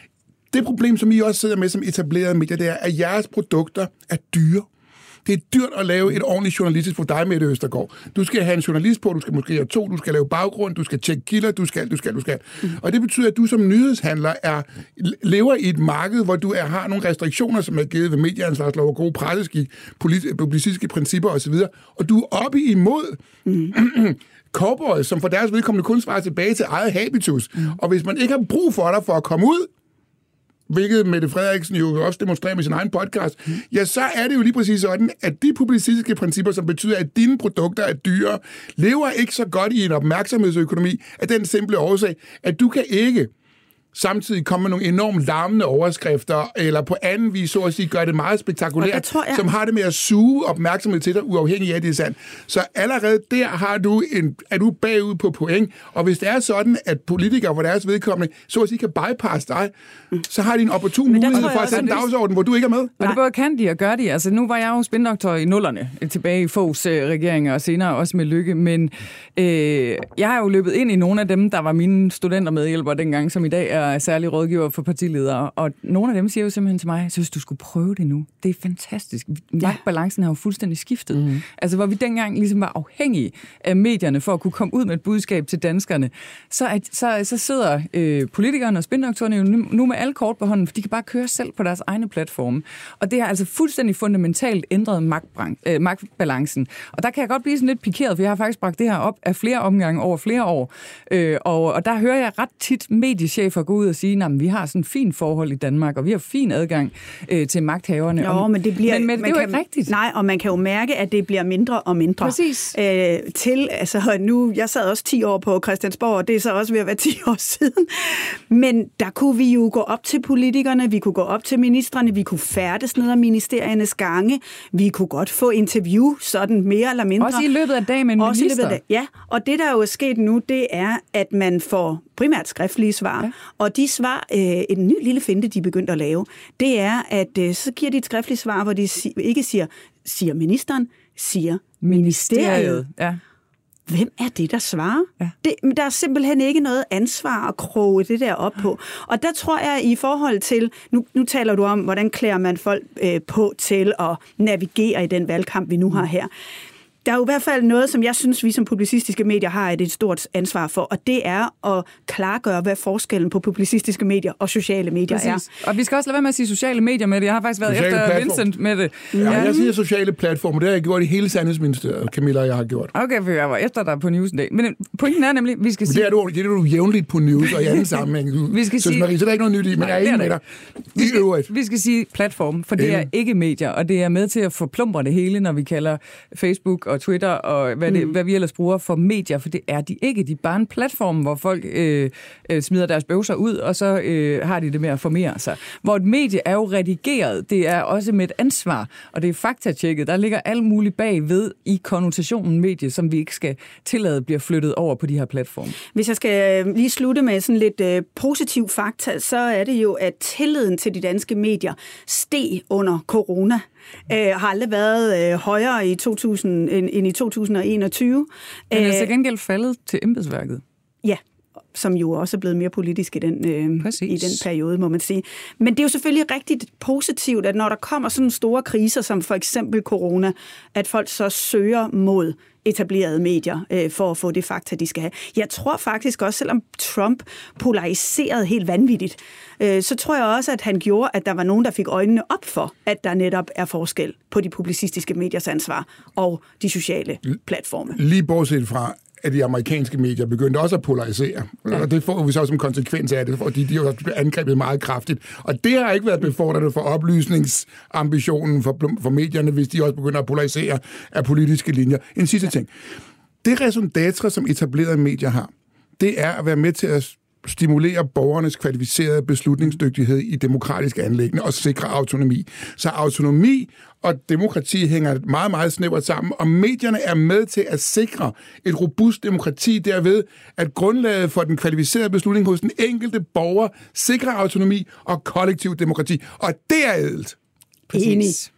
Det problem, som I også sidder med som etablerede medier, det er, at jeres produkter er dyre. Det er dyrt at lave et ordentligt journalistisk for dig, Mette Østergaard. Du skal have en journalist på, du skal måske have to, du skal lave baggrund, du skal tjekke kilder, du skal, du skal, du skal. Mm. Og det betyder, at du som nyhedshandler er, lever i et marked, hvor du er, har nogle restriktioner, som er givet ved medieansvarslov og gode presseskik, publicistiske principper osv., og du er oppe imod mm. cowboys, som for deres vedkommende kun svarer tilbage til eget habitus. Mm. Og hvis man ikke har brug for dig for at komme ud, hvilket Mette Frederiksen jo også demonstrerer med sin egen podcast, mm. ja, så er det jo lige præcis sådan, at de publicistiske principper, som betyder, at dine produkter er dyre, lever ikke så godt i en opmærksomhedsøkonomi af den simple årsag, at du kan ikke samtidig komme med nogle enormt larmende overskrifter, eller på anden vis, så at sige, gøre det meget spektakulært, jeg... som har det med at suge opmærksomhed til dig, uafhængig af det er sandt. Så allerede der har du en, er du bagud på point, og hvis det er sådan, at politikere for deres vedkommende, så at sige, kan bypasse dig, mm. så har de en opportun mulighed for at sætte en dagsorden, hvor du ikke er med. Og det både kan de og gør de. Altså, nu var jeg jo spindoktor i nullerne, tilbage i Foghs øh, regeringer, og senere også med Lykke, men øh, jeg har jo løbet ind i nogle af dem, der var mine studentermedhjælpere dengang, som i dag er er særlig rådgiver for partiledere, og nogle af dem siger jo simpelthen til mig, jeg synes, du skulle prøve det nu. Det er fantastisk. Magtbalancen har jo fuldstændig skiftet. Mm. Altså, hvor vi dengang ligesom var afhængige af medierne for at kunne komme ud med et budskab til danskerne, så, at, så, så sidder øh, politikerne og spindoktorerne jo nu, nu med alle kort på hånden, for de kan bare køre selv på deres egne platforme. Og det har altså fuldstændig fundamentalt ændret magtbran- øh, magtbalancen. Og der kan jeg godt blive sådan lidt pikeret, for jeg har faktisk bragt det her op af flere omgange over flere år. Øh, og, og der hører jeg ret tit mediechefer gå ud og sige, at vi har sådan en fin forhold i Danmark, og vi har fin adgang øh, til magthaverne. Jo, men det bliver... Men, men det er jo kan, ikke rigtigt. Nej, og man kan jo mærke, at det bliver mindre og mindre. Præcis. Øh, til, altså nu, jeg sad også ti år på Christiansborg, og det er så også ved at være ti år siden. Men der kunne vi jo gå op til politikerne, vi kunne gå op til ministrene, vi kunne færdes ned ad ministeriernes gange, vi kunne godt få interview, sådan mere eller mindre. Også i løbet af dagen med en også minister. I løbet af, ja, og det der jo er sket nu, det er, at man får primært skriftlige svar, ja. Og de svar, øh, en ny lille finte, de begyndte at lave, det er, at øh, så giver de et skriftligt svar, hvor de si- ikke siger, siger ministeren, siger ministeriet. ministeriet. Ja. Hvem er det, der svarer? Ja. Det, der er simpelthen ikke noget ansvar at kroge det der op på. Og der tror jeg, i forhold til, nu, nu taler du om, hvordan klæder man folk øh, på til at navigere i den valgkamp, vi nu har her. Der er jo i hvert fald noget, som jeg synes, vi som publicistiske medier har et stort ansvar for, og det er at klargøre, hvad forskellen på publicistiske medier og sociale medier Præcis. er. Og vi skal også lade være med at sige sociale medier med det. Jeg har faktisk været sociale efter platform. Vincent med det. Ja, ja. Jeg siger sociale platformer. Det har jeg gjort i hele Sandhedsministeriet, Camilla og jeg har gjort. Okay, for jeg var efter dig på News en dag. Men pointen er nemlig, vi skal sige... Det er du, det er du jævnligt på News og i anden sammenhæng. Du, vi skal så, sige... Marie, så der er ikke noget nyt i, men jeg er enig med dig. Vi skal, vi skal sige platform, for det er ikke medier, og det er med til at forplumre det hele, når vi kalder Facebook og Twitter og hvad, det, mm. hvad vi ellers bruger for medier, for det er de ikke. De er bare en platform, hvor folk øh, øh, smider deres bøvser ud, og så øh, har de det med at formere sig. Hvor et medie er jo redigeret, det er også med et ansvar, og det er faktatjekket. Der ligger alt muligt bagved i konnotationen medie, som vi ikke skal tillade bliver flyttet over på de her platforme. Hvis jeg skal lige slutte med sådan lidt øh, positiv fakta, så er det jo, at tilliden til de danske medier steg under corona. Øh, har aldrig været øh, højere i to tusind, end, end i to tusind og enogtyve. Men er det til gengæld faldet til embedsværket? Ja, som jo også er blevet mere politisk i den, øh, i den periode, må man sige. Men det er jo selvfølgelig rigtig positivt, at når der kommer sådan store kriser, som for eksempel corona, at folk så søger mod etablerede medier øh, for at få det fakta, de skal have. Jeg tror faktisk også, selvom Trump polariserede helt vanvittigt, øh, så tror jeg også, at han gjorde, at der var nogen, der fik øjnene op for, at der netop er forskel på de publicistiske mediers ansvar og de sociale platforme. Lige bortset fra, at de amerikanske medier begyndte også at polarisere. Ja. Og det får vi så som konsekvens af det, fordi de har angrebet meget kraftigt. Og det har ikke været befordrende for oplysningsambitionen for, for medierne, hvis de også begynder at polarisere af politiske linjer. En sidste ting. Det raison d'être, som etablerede medier har, det er at være med til at stimulere borgernes kvalificerede beslutningsdygtighed i demokratiske anliggender og sikre autonomi. Så autonomi og demokrati hænger meget, meget snævert sammen, og medierne er med til at sikre et robust demokrati derved, at grundlaget for den kvalificerede beslutning hos den enkelte borger sikrer autonomi og kollektiv demokrati. Og det er ædelt. Præcis.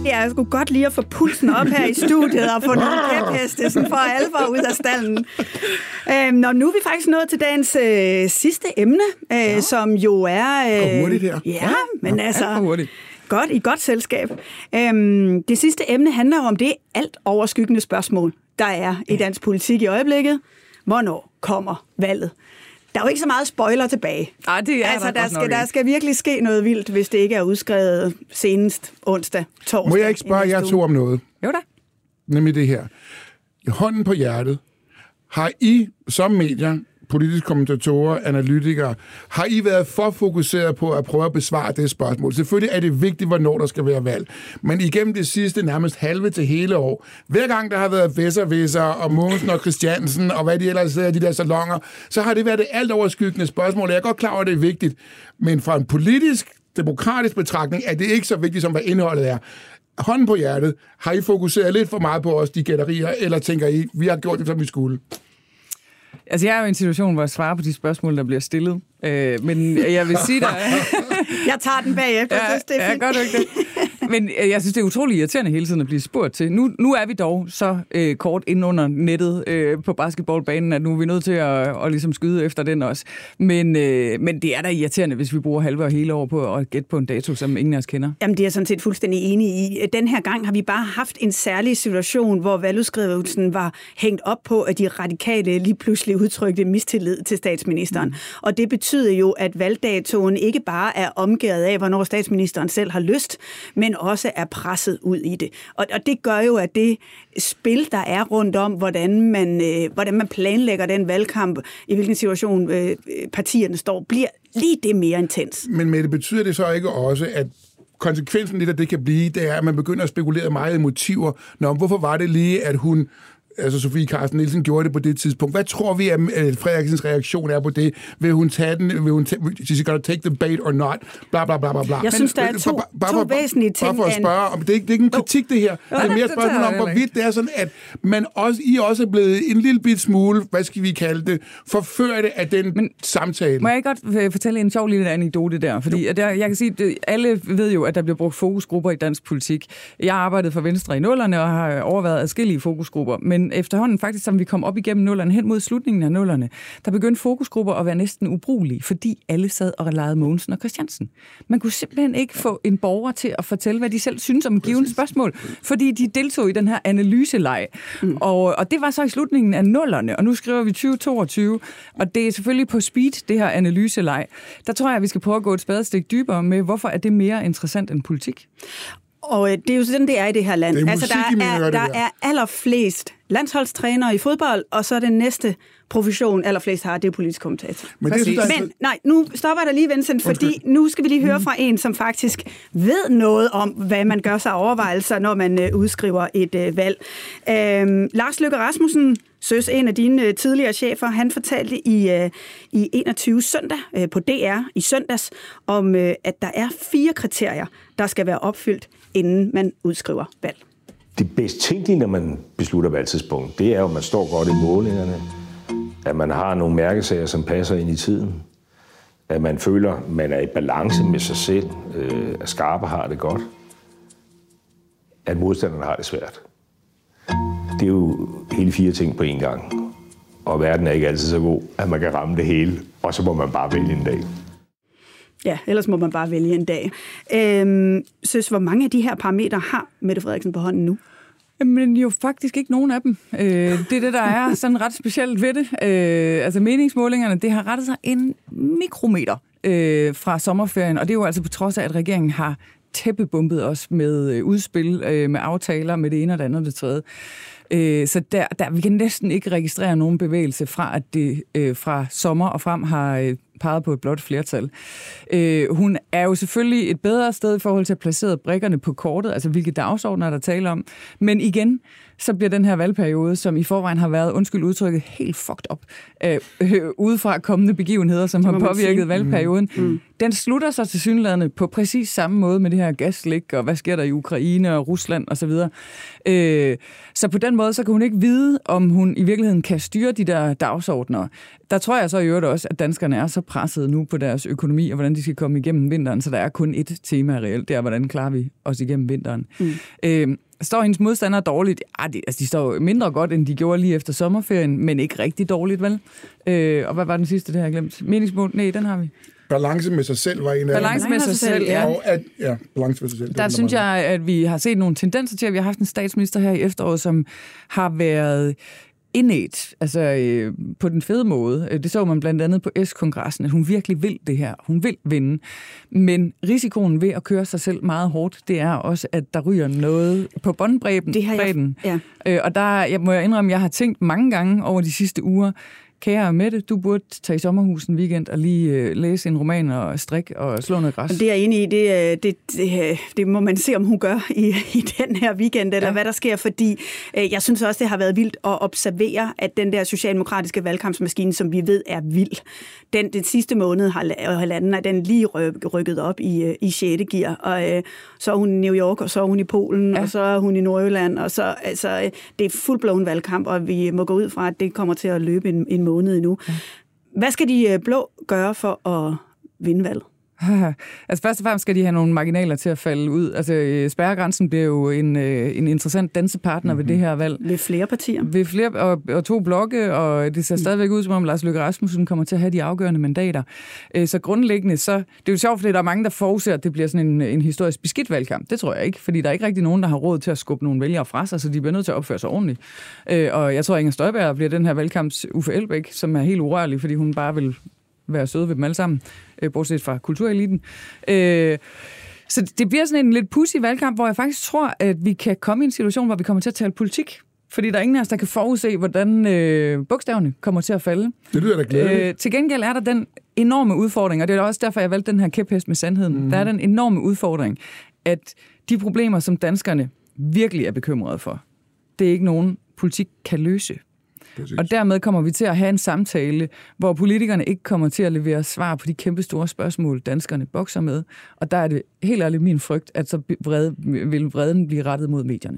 Jeg skulle godt lige at få pulsen op her i studiet og få nogle kæpheste sådan for alvor ud af stallen. Øhm, når nu er vi faktisk nået til dagens øh, sidste emne, øh, ja. som jo er... Øh, hurtigt her. Ja, men ja, altså... hurtigt. Godt, i godt selskab. Øhm, det sidste emne handler om det alt overskyggende spørgsmål, der er i dansk politik i øjeblikket. Hvornår kommer valget? Der er jo ikke så meget spoiler tilbage. Ej, det er altså, der, der, skal, der skal virkelig ske noget vildt, hvis det ikke er udskrevet senest onsdag, torsdag. Må jeg ikke spørge jer to om noget? Jo da. Nemlig det her. I hånden på hjertet, har I som medier, politiske kommentatorer, analytikere, har I været for fokuseret på at prøve at besvare det spørgsmål? Selvfølgelig er det vigtigt, hvornår der skal være valg. Men igennem det sidste nærmest halve til hele år, hver gang der har været Vesser-Vesser og Mogensen og Christiansen og hvad de ellers sidder i de der salonger, så har det været det alt overskyggende spørgsmål. Jeg er godt klar over, at det er vigtigt. Men fra en politisk, demokratisk betragtning er det ikke så vigtigt, som hvad indholdet er. Hånden på hjertet, har I fokuseret lidt for meget på os, de gætterier, eller tænker I, vi har gjort det, som vi skulle? Altså, jeg er jo i en situation, hvor jeg svarer på de spørgsmål, der bliver stillet. Øh, men jeg vil sige dig... jeg tager den bagefter, ja, det er fint. Ja, godt ikke det. Men jeg synes, det er utrolig irriterende hele tiden at blive spurgt til. Nu, nu er vi dog så øh, kort inde under nettet øh, på basketballbanen, at nu er vi nødt til at, at ligesom skyde efter den også. Men, øh, men det er da irriterende, hvis vi bruger halve og hele år på at gætte på en dato, som ingen af os kender. Jamen, det er jeg sådan set fuldstændig enig i. Den her gang har vi bare haft en særlig situation, hvor valgudskrivelsen var hængt op på, at de radikale lige pludselig udtrykte mistillid til statsministeren. Mm. Og det betyder jo, at valgdatoen ikke bare er omgået af, hvornår statsministeren selv har lyst, men også er presset ud i det. Og, og det gør jo, at det spil, der er rundt om, hvordan man, øh, hvordan man planlægger den valgkamp, i hvilken situation øh, partierne står, bliver lige det mere intens. Men Mette, betyder det så ikke også, at konsekvensen lidt af det kan blive, det er, at man begynder at spekulere meget i motiver. Nå, hvorfor var det lige, at hun... altså Sofie Carsten Nielsen gjorde det på det tidspunkt. Hvad tror vi, at Frederiksens reaktion er på det? Vil hun tage den? Vil hun she's gonna take the bait or not? Bla, bla, bla, bla, bla. Jeg synes, der er to, bare, to for, væsentlige ting. Bare for at spørge, om det, er ikke, det er ikke en kritik, det her. Oh. Det er mere et spørgsmål om, hvorvidt det er sådan, at man også, I også er blevet en lille bit smule, hvad skal vi kalde det, forførte af den Men, samtale. Må jeg godt fortælle en sjov lille anekdote der? Fordi at jeg, jeg kan sige, at alle ved jo, at der bliver brugt fokusgrupper i dansk politik. Jeg arbejdede for Venstre i nullerne og har overvejet adskillige fokusgrupper, men efterhånden faktisk, som vi kom op igennem nullerne, hen mod slutningen af nullerne, der begyndte fokusgrupper at være næsten ubrugelige, fordi alle sad og legede Mogensen og Christiansen. Man kunne simpelthen ikke få en borger til at fortælle, hvad de selv synes om givende spørgsmål, fordi de deltog i den her analyseleg. Mm. Og, og det var så i slutningen af nullerne, og nu skriver vi tyve toogtyve, og det er selvfølgelig på speed, det her analyseleg. Der tror jeg, at vi skal prøve at gå et spadestik dybere med, hvorfor er det mere interessant end politik? Og det er jo sådan, det er i det her land. Det er altså, der er, der, der er allerflest landsholdstrænere i fodbold, og så er det næste profession, allerflest har, det er politisk kommentator. Men, det synes, Men nej, nu stopper der lige, Vincent, fordi Undskyld. nu skal vi lige høre fra en, som faktisk ved noget om, hvad man gør sig overvejelser, når man øh, udskriver et øh, valg. Øh, Lars Løkke Rasmussen, Søs, en af dine øh, tidligere chefer, han fortalte i, øh, i enogtyve søndag øh, på D R i søndags, om øh, at der er fire kriterier, der skal være opfyldt, inden man udskriver valg. Det bedst tænkelige, når man beslutter valgtidspunkt, det er jo, at man står godt i målingerne, at man har nogle mærkesager, som passer ind i tiden, at man føler, at man er i balance med sig selv, øh, at skarpe har det godt, at modstanderne har det svært. Det er jo hele fire ting på én gang, og verden er ikke altid så god, at man kan ramme det hele, og så må man bare vælge en dag. Ja, ellers må man bare vælge en dag. Øhm, Søs, hvor mange af de her parametre har Mette Frederiksen på hånden nu? Men jo faktisk ikke nogen af dem. Øh, det er det, der er sådan ret specielt ved det. Øh, altså meningsmålingerne, det har rettet sig en mikrometer øh, fra sommerferien, og det er jo altså på trods af, at regeringen har tæppebumpet os med udspil, øh, med aftaler, med det ene og det andet og det tredje. Øh, så der, der, vi kan næsten ikke registrere nogen bevægelse fra, at det øh, fra sommer og frem har øh, peget på et blot flertal. Øh, hun er jo selvfølgelig et bedre sted i forhold til at placere brikkerne på kortet, altså hvilke dagsordner der taler om. Men igen, så bliver den her valgperiode, som i forvejen har været, undskyld udtrykket, helt fucked up, øh, øh, udefra kommende begivenheder, som har påvirket sige. valgperioden, mm. Mm. den slutter sig tilsyneladende på præcis samme måde med det her gaslæk, og hvad sker der i Ukraine og Rusland osv. Øh, så på den måde, så kan hun ikke vide, om hun i virkeligheden kan styre de der dagsordner. Der tror jeg så i øvrigt også, at danskerne er så meget presset nu på deres økonomi, og hvordan de skal komme igennem vinteren, så der er kun ét tema reelt, det er, hvordan klarer vi os igennem vinteren. Mm. Øh, står hendes modstandere dårligt? Ja, de, altså, de står mindre godt, end de gjorde lige efter sommerferien, men ikke rigtig dårligt, vel? Øh, og hvad var den sidste, det har jeg glemt? Meningsmål? Nej, den har vi. Balance med sig selv var en af Balance med sig selv, ja. Og at, ja, balance med sig selv. Der synes jeg, at vi har set nogle tendenser til, at vi har haft en statsminister her i efteråret, som har været innate, altså øh, på den fede måde. Det så man blandt andet på S-kongressen, at hun virkelig vil det her. Hun vil vinde. Men risikoen ved at køre sig selv meget hårdt, det er også, at der ryger noget på båndbredden. Det har jeg, ja. øh, og der jeg må jeg indrømme, jeg har tænkt mange gange over de sidste uger, kære Mette, du burde tage i sommerhus en weekend og lige øh, læse en roman og strikke og slå noget græs. Det er jeg enig i. Det, det, det, det må man se, om hun gør i, i den her weekend, eller ja. hvad der sker, fordi øh, jeg synes også, det har været vildt at observere, at den der socialdemokratiske valgkampsmaskine, som vi ved er vild, den, den sidste måned har halvanden, er den lige rykket op i, i sjette gear, og øh, så er hun i New York, og så er hun i Polen, ja. og så er hun i Nordjylland, og så altså, det er fuldblåen valgkamp, og vi må gå ud fra, at det kommer til at løbe en, en måned endnu. Ja. Hvad skal de blå gøre for at vinde valget? Altså først og fremmest skal de have nogle marginaler til at falde ud. Altså spærregrænsen bliver jo en, en interessant dansepartner mm-hmm. ved det her valg. Ved flere partier. Ved flere og, og to blokke, og det ser stadigvæk ud, som om Lars Løkke Rasmussen kommer til at have de afgørende mandater. Så grundlæggende, så det er jo sjovt, fordi der er mange, der forudser, at det bliver sådan en, en historisk beskidt valgkamp. Det tror jeg ikke, fordi der er ikke rigtig nogen, der har råd til at skubbe nogle vælgere fra sig, så de bliver nødt til at opføre sig ordentligt. Og jeg tror, at Inger Støjberg bliver den her valgkamps Uffe Elbæk, som er helt urørlig, fordi hun bare vil være søde ved dem alle sammen, bortset fra kultureliten. Så det bliver sådan en lidt pudsig valgkamp, hvor jeg faktisk tror, at vi kan komme i en situation, hvor vi kommer til at tale politik. Fordi der er ingen af os, der kan forudse, hvordan øh, bogstaverne kommer til at falde. Det lyder da glædeligt. Øh, til gengæld er der den enorme udfordring, og det er også derfor, jeg valgte den her kæphest med sandheden. Mm. Der er den enorme udfordring, at de problemer, som danskerne virkelig er bekymrede for, det er ikke nogen politik kan løse. Præcis. Og dermed kommer vi til at have en samtale, hvor politikerne ikke kommer til at levere svar på de kæmpe store spørgsmål, danskerne bokser med. Og der er det helt ærligt min frygt, at så vrede, vil vreden blive rettet mod medierne.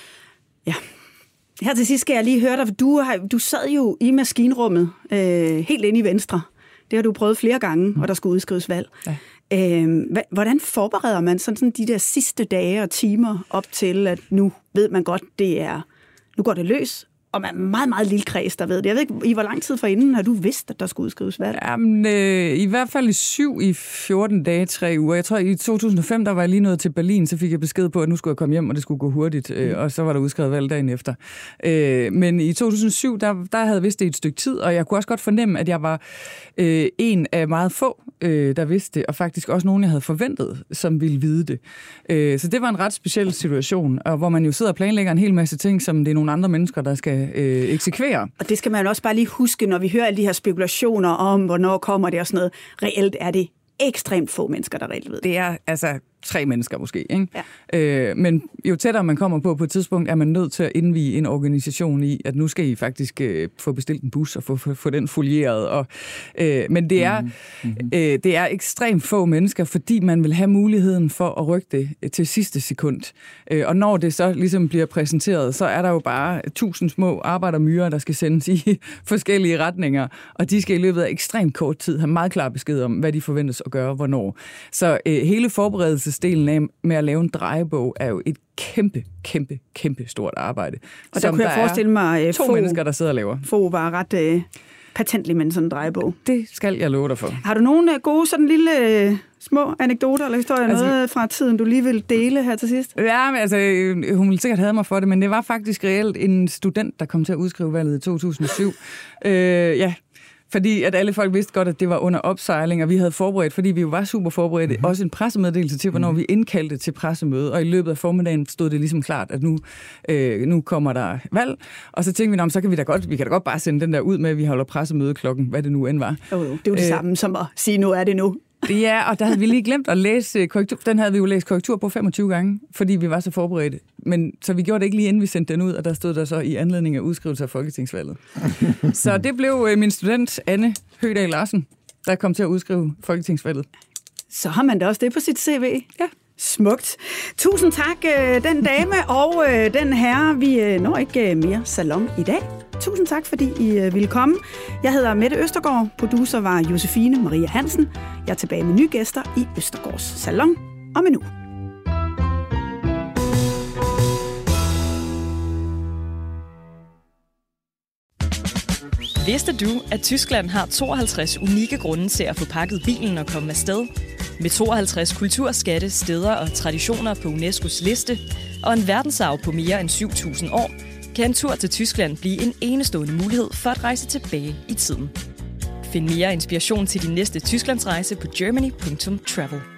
Ja. Her til sidst skal jeg lige høre dig, for du, har, du sad jo i maskinrummet øh, helt inde i Venstre. Det har du prøvet flere gange, mm. og der skulle udskrives valg. Ja. Øh, hvordan forbereder man sådan, sådan de der sidste dage og timer op til, at nu ved man godt, det er, nu går det løs? Og man er meget, meget lille kreds, der ved det. Jeg ved ikke, i hvor lang tid forinden har du vidst, at der skulle udskrives valg? Jamen, øh, i hvert fald i syv i fjorten dage, tre uger. Jeg tror, i to tusind og fem, der var jeg lige nået til Berlin, så fik jeg besked på, at nu skulle jeg komme hjem, og det skulle gå hurtigt. Mm. Øh, og så var der udskrevet valg dagen efter. Øh, men i to tusind og syv, der, der havde jeg vidst det et stykke tid, og jeg kunne også godt fornemme, at jeg var øh, en af meget få, øh, der vidste det, og faktisk også nogen, jeg havde forventet, som ville vide det. Øh, så det var en ret speciel situation, og hvor man jo sidder og planlægger en hel masse ting, som det er nogle andre mennesker, der skal Øh, eksekvere. Og det skal man også bare lige huske, når vi hører alle de her spekulationer om, hvornår kommer det og sådan noget. Reelt er det ekstremt få mennesker, der reelt ved. Det er altså tre mennesker måske, ikke? Ja. Øh, men jo tættere man kommer på på et tidspunkt, er man nødt til at indvige en organisation i, at nu skal I faktisk øh, få bestilt en bus og få, få, få den folieret. Og, øh, men det er, mm-hmm. øh, det er ekstremt få mennesker, fordi man vil have muligheden for at rykke det til sidste sekund. Øh, og når det så ligesom bliver præsenteret, så er der jo bare tusind små arbejdermyrer, der skal sendes i forskellige retninger, og de skal i løbet af ekstremt kort tid have meget klar besked om, hvad de forventes at gøre, hvornår. Så øh, hele forberedelsen delen af med at lave en drejebog er jo et kæmpe, kæmpe, kæmpe stort arbejde. Og der kunne jeg forestille mig, to få, mennesker, der sidder og laver. Få var ret øh, patentlig med en sådan drejebog. Det skal jeg love dig for. Har du nogle øh, gode sådan lille øh, små anekdoter eller historier, altså, noget fra tiden, du lige vil dele her til sidst? Ja, men, altså, hun ville sikkert have mig for det, men det var faktisk reelt en student, der kom til at udskrive valget i to tusind og syv. øh, ja, Fordi at alle folk vidste godt, at det var under opsejling, og vi havde forberedt, fordi vi jo var super forberedte, mm-hmm. også en pressemeddelelse til, hvornår mm-hmm. vi indkaldte til pressemøde, og i løbet af formiddagen stod det ligesom klart, at nu, øh, nu kommer der valg, og så tænkte vi, nå, så kan vi da godt, vi kan da godt bare sende den der ud med, at vi holder pressemøde klokken, hvad det nu end var. Oh, det er jo det øh, samme som at sige, nu er det nu. Ja, og der havde vi lige glemt at læse korrektur. Den havde vi jo læst korrektur på femogtyve gange, fordi vi var så forberedte. Men så vi gjorde det ikke lige inden vi sendte den ud, og der stod der så i anledning af udskrivelse af folketingsvalget. Så det blev min student, Anne Høgdahl Larsen, der kom til at udskrive folketingsvalget. Så har man da også det på sit C V. Ja. Smukt. Tusind tak, den dame og den herre. Vi når ikke mere salon i dag. Tusind tak, fordi I ville komme. Jeg hedder Mette Østergaard. Producer var Josefine Maria Hansen. Jeg er tilbage med nye gæster i Østergaards Salon om en uge. Vidste du, at Tyskland har tooghalvtreds unikke grunde til at få pakket bilen og komme afsted? Med tooghalvtreds kulturskatte, steder og traditioner på UNESCO's liste og en verdensarv på mere end syv tusind år, kan en tur til Tyskland blive en enestående mulighed for at rejse tilbage i tiden. Find mere inspiration til din næste Tysklandsrejse på germany punktum travel.